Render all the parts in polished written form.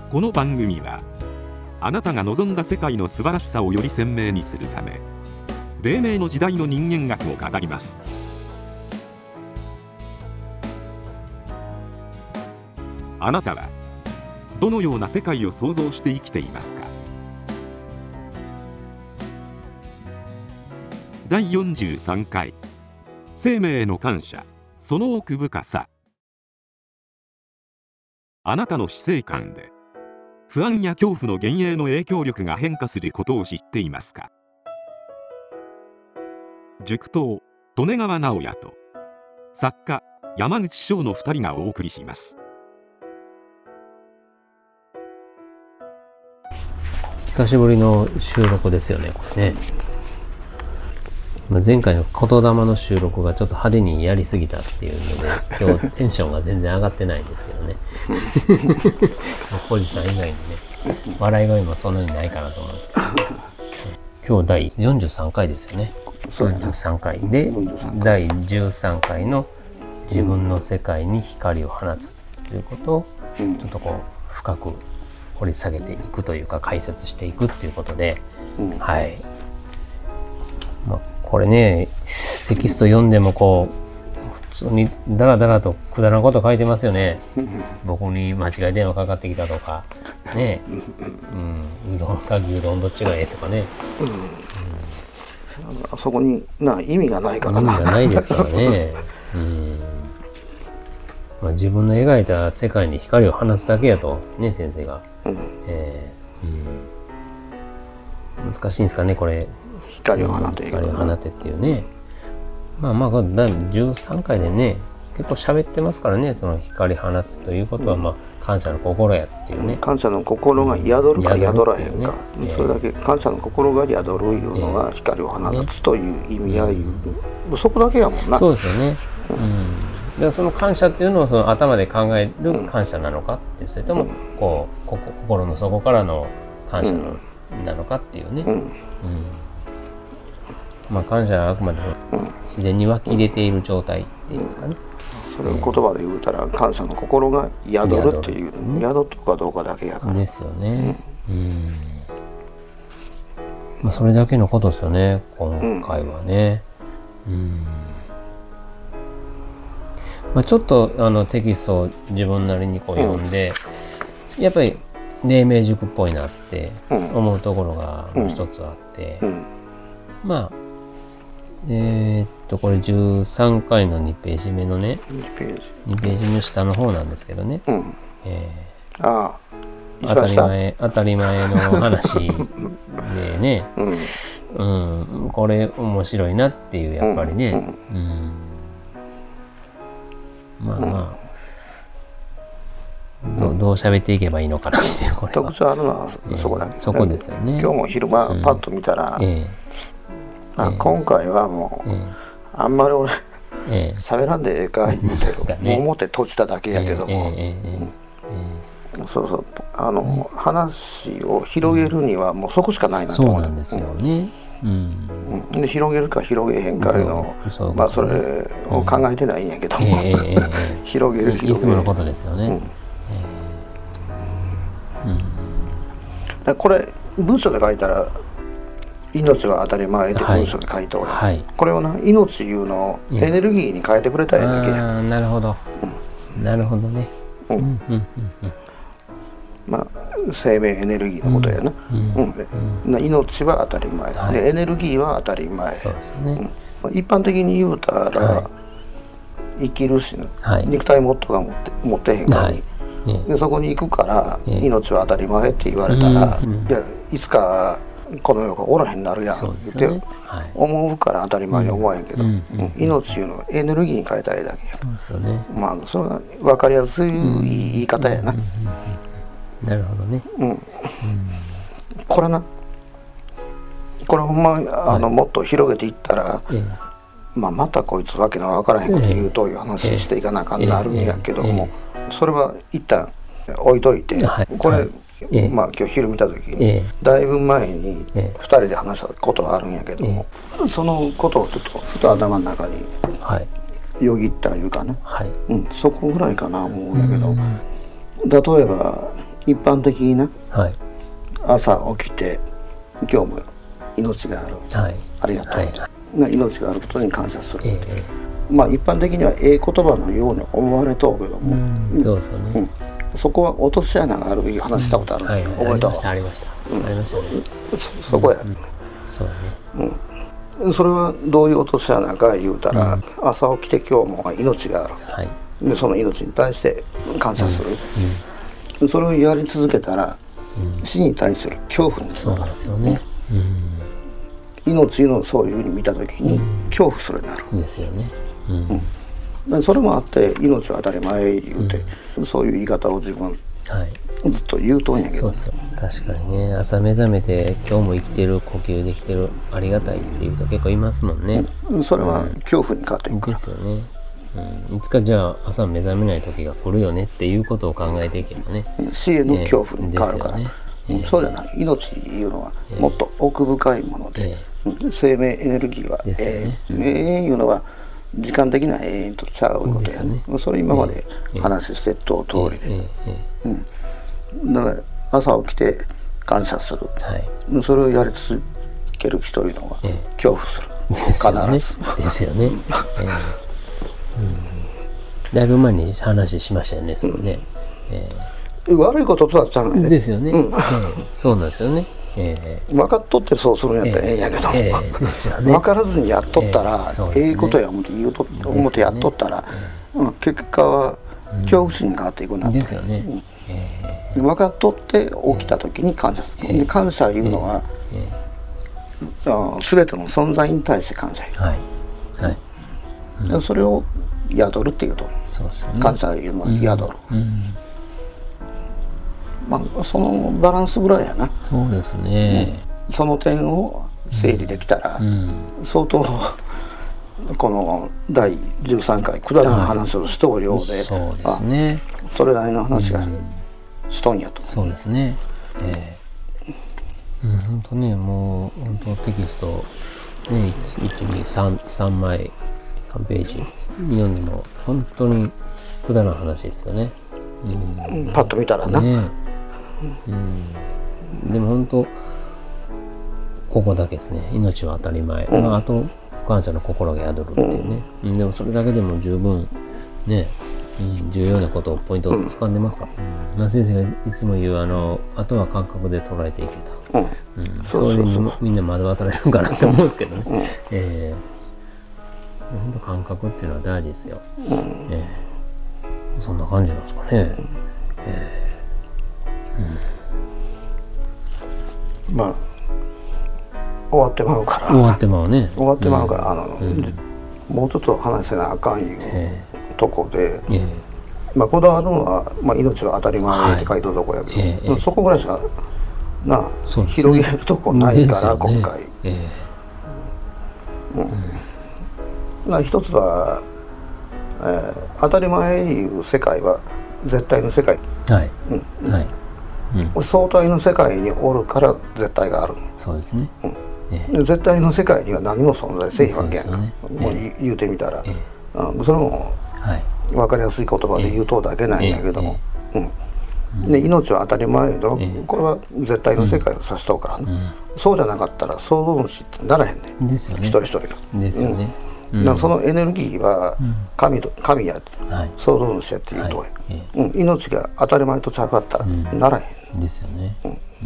この番組はあなたが望んだ世界の素晴らしさをより鮮明にするため、黎明の時代の人間学を語ります。あなたはどのような世界を想像して生きていますか？第43回生命への感謝、その奥深さ。あなたの死生観で不安や恐怖の幻影の影響力が変化することを知っていますか？塾頭利根川直也と作家山口翔の2人がお送りします。 久しぶりの収録ですよね、これね。前回の言霊の収録がちょっと派手にやりすぎたっていうので、今日テンションが全然上がってないんですけどね。小路さん以外にね、笑い声もそんなにないかなと思うんですけど、今日第43回ですよね。43回で、第13回の自分の世界に光を放つということを、ちょっとこう、深く掘り下げていくというか、解説していくっていうことで、はい。これね、テキスト読んでもこう普通にダラダラとくだらんこと書いてますよね。僕に間違い電話かかってきたとかね、うどんか牛丼どっちがええとかね、 そこに意味がないからな。 意味がないですからね。自分の描いた世界に光を放つだけやとね、先生が、難しいんですかね、これ。 光を放てっていうね。13回でね、結構喋ってますからね、その光放つということは感謝の心やっていうね。 感謝の心が宿るか宿らへんか、それだけ感謝の心が宿るいうのが光を放つという意味合い、そこだけやもんな。 そうですよね。でその感謝っていうのをその頭で考える感謝なのかって、それともこう心の底からの感謝なのかっていうね。感謝はあくまで自然に湧き出ている状態っていうんですかね。 それを言葉で言うたら感謝の心が宿るっていう、宿るかどうかだけやからですよね。それだけのことですよね、今回はね。ちょっとテキストを自分なりにこう読んで、やっぱり黎明塾っぽいなって思うところが一つあって、これ13回の2ページ目のね、2ページ目下の方なんですけどね、当たり前の話でね、これ面白いなっていう、やっぱりね、どう喋っていけばいいのかなっていう、これは特徴あるのはそこだけどね。 そこですよね。 今日も昼間パッと見たら、今回はもう、あんまり俺喋らんでええか言うてる、もう表閉じただけやけども、話を広げるにはもうそこしかないなと思う。 そうなんですよね。 で広げるか広げへんかいうのをそれを考えてないんやけども、広げるいつものことですよね。 これ文章で書いたら命は当たり前って文章で書いておる、これを命いうのをエネルギーに変えてくれたやだけや。 なるほど、なるほどね。 生命エネルギーのことやな。命は当たり前で、エネルギーは当たり前。 そうですね。 一般的に言うたら生きるし肉体持ってへんからに、でそこに行くから命は当たり前って言われたら、いつかこの世がおらへんなるやんって思うから当たり前に思わへんけど、命いうのをエネルギーに変えたいだけや。 そうですよね。 それが分かりやすい言い方やな。 なるほどね。 これほんまもっと広げていったら、またこいつわけのわからへんこと言うという話していかなあかんなるんやけども、それは一旦置いといて、これ今日昼見た時にだいぶ前に2人で話したことがあるんやけども、そのことをちょっとふと頭の中によぎったいうかな、そこぐらいかな思うんやけど、例えば一般的になはい朝起きて今日も命がある、 はいありがとう、 はいが命があることに感謝する、 ええまあ一般的には言葉のように思われとうけども、 そうですよね。 そこは落とし穴があるいう話したことある、 はい覚えたわ。 ありましたありましたね。 そこや、 そうね。 それはどういう落とし穴か言うたら、朝起きて今日も命がある、 はいでその命に対して感謝する、それをやり続けたら、死に対する恐怖につそうなんながる、 ですよね。 命のそういうふうに見た時に恐怖するようになる、 ですよね。 でそれもあって命は当たり前言うて、そういう言い方を自分はいずっと言うとんやけど、 そうそう確かにね、朝目覚めて今日も生きてる、呼吸できてる、ありがたいっていう人結構いますもんね。 それは恐怖に変わっていくかでら、 すよね。いつかじゃあ朝目覚めない時が来るよねっていうことを考えていけばね。 死への恐怖に変わるから、 ですよねそうじゃない、命いうのはもっと奥深いもので、生命エネルギーはですよね永遠いうのは時間的な永遠とちゃうことやね。それ今まで話してた通りで、だから朝起きて感謝する、 はいそれをやり続ける人いうのは恐怖する、 ですよね。 必ずですよね。だいぶ前に話しましたよね、それで。 悪いこととはちゃうねんで、 ですよね。そうなんですよね。 分かっとってそうするんやったらええんやけど、 ですよね。 分からずにやっとったらそうですねええことや思ってやっとったら、結果は恐怖心に変わっていくなって、 ですよね。 分かっとって起きた時に感謝する、で感謝いうのは、全ての存在に対して感謝、 はいはい。 それを宿るっていうと、 そうですよね。 感謝いうのは宿る、まあ、そのバランスぐらいやな。 そうですね。 その点を整理できたら、相当この第13回くだらない話をしとるようで、 そうですね。 それなりの話がしとんやと。 そうですね。本当ね、もう本当テキストね、123枚3ページ読んでも本当にくだらない話ですよね。 パッと見たらな。 ね。でも本当ここだけですね。命は当たり前。まああと感謝の心が宿るっていうね。でもそれだけでも十分ね。重要なことをポイントを掴んでますから、先生がいつも言うあとは感覚で捉えていけと、それにみんな惑わされるかなって思うんですけどね、本当感覚っていうのは大事ですよ、そんな感じなんですかね、 まあ終わってまうから終わってまうね、 終わってまうからもうちょっと話せなあかんいうとこで、まあこだわるのは、まあ、命は当たり前って書いてるとこやけど、そこぐらいしかな、広げるとこないから、今回。一つは、当たり前いう世界は絶対の世界、相対の世界におるから絶対がある。 そうですね、 絶対の世界には何も存在せえへんわけやんか、もう言うてみたら、それも分かりやすい言葉で言うとだけなんやけども、で命は当たり前の、これは絶対の世界を指しとうからね、そうじゃなかったら創造主ってならへんねん、 ですよね、 一人一人が。 ですよね。 だからそのエネルギーは神や創造主やっていうと、命が当たり前とちゃうかったらならへんですよね。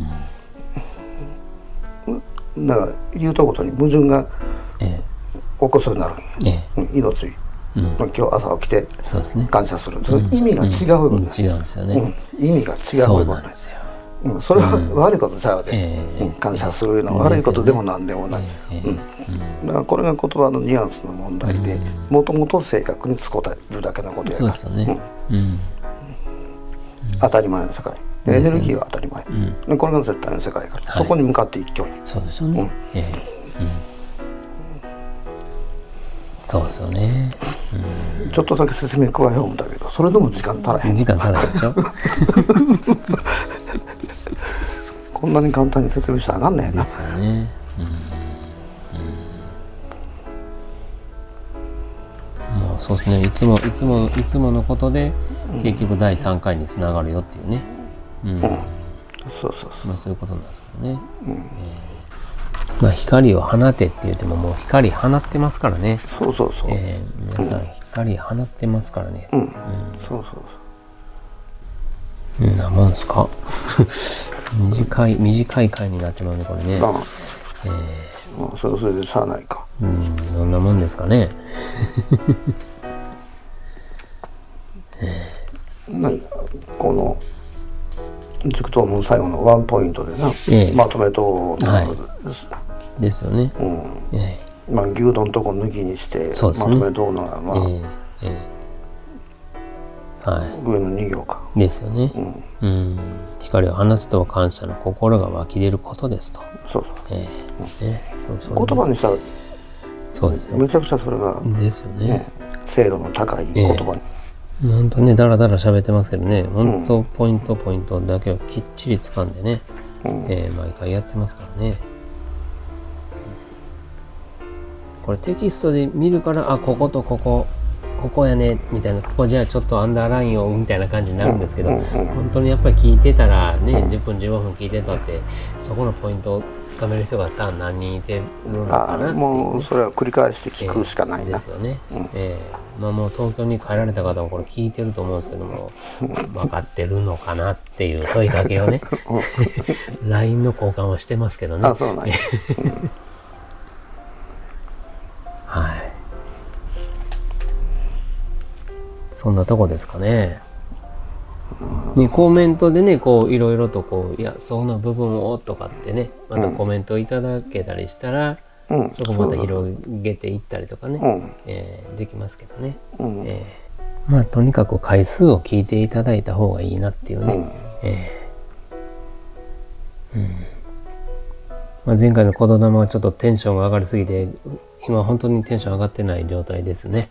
だから言うとことに矛盾が起こそうになる、命、今日朝起きて感謝する、その意味が違うよね、 違うんですよね、 意味が違うよね、それは悪いことちゃうで、感謝するのは悪いことでもなんでもない、だからこれが言葉のニュアンスの問題で、もともと正確に使えるだけのことやから、当たり前の世界、エネルギーは当たり前、これが絶対の世界やから、そこに向かって一挙に。 そうですよね。そうですよね。 ちょっとだけ説明加えよう思ったけど、それでも時間足らへん。 時間足らへんでしょ。 こんなに簡単に説明したらあかんねんな。 ですよね。もうそうですね。いつものことで結局第3回につながるよっていうね。 そうそうそう。 まあそういうことなんですけどね。まあ光を放てって言ってももう光放ってますからね。 そうそうそう。 皆さん光放ってますからね。 そうそうそう。なもんですか。短い回になってますねこれね。 まあそれでしゃあないか。 どんなもんですかね。 この塾答問最後のワンポイントでな、まとめと、 ですよね。 まあ牛丼とこ抜きにしてまとめとのはまあ上の2行か。 ですよね。光を放つとは感謝の心が湧き出ることですと。 そうそう。言葉にしたらそうですよ。 めちゃくちゃそれがですよね。 精度の高い言葉に。 本当ね、だらだら喋ってますけどね、本当ポイントだけをきっちり掴んでね、毎回やってますからね。これテキストで見るから、あ、こことここやねみたいな、ここじゃあちょっとアンダーラインをみたいな感じになるんですけど、本当にやっぱり聞いてたらね、10分15分聞いてたってそこのポイントをつかめる人がさ何人いてるのかなっていう、ね、 もうそれは繰り返して聞くしかないな、 ですよね。まあもう東京に帰られた方もこれ聞いてると思うんですけども、分かってるのかなっていう問いかけをねLINE の交換をしてますけどね。 あ、そうなんやはい、そんなとこですかね。コメントでね、こういろいろとこう、いやその部分をとかってね、またコメントいただけたりしたら、そこまた広げていったりとかね、できますけどね。まあとにかく回数を聞いていただいた方がいいなっていうね。まあ、前回の言霊はちょっとテンションが上がりすぎて、今本当にテンション上がってない状態ですね。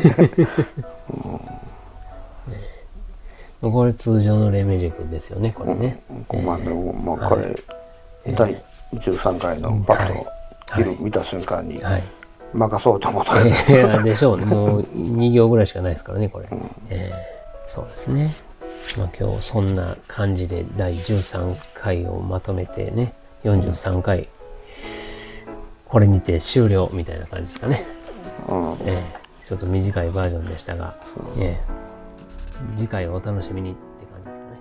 これ通常の黎明塾ですよね、これね。 まあでもまあこれ、第13回のバット昼見た瞬間に任そうと思ったでしょうね。もう2行ぐらいしかないですからね、これ。そうですね。まあ今日そんな感じで第13回をまとめてね、43回これにて終了みたいな感じですかね。ちょっと短いバージョンでしたが、次回をお楽しみにって感じですかね。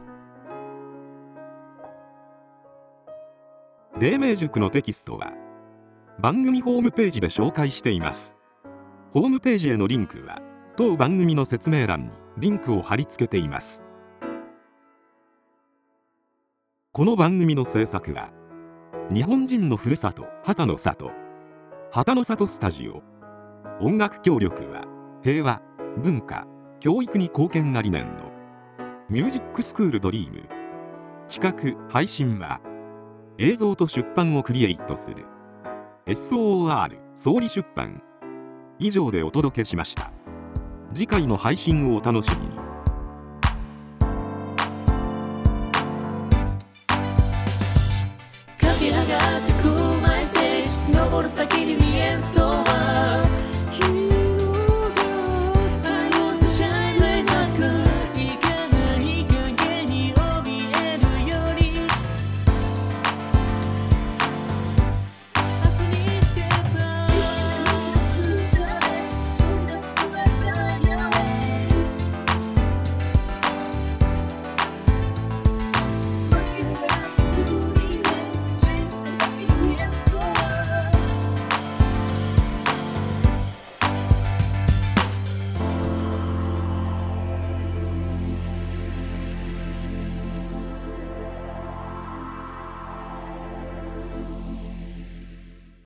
黎明塾のテキストは番組ホームページで紹介しています。ホームページへのリンクは当番組の説明欄にリンクを貼り付けています。この番組の制作は日本人のふるさと畑の里スタジオ、音楽協力は平和文化教育に貢献が理念のミュージックスクールドリーム、企画配信は映像と出版をクリエイトする SOR 総理出版以上でお届けしました。次回の配信をお楽しみに。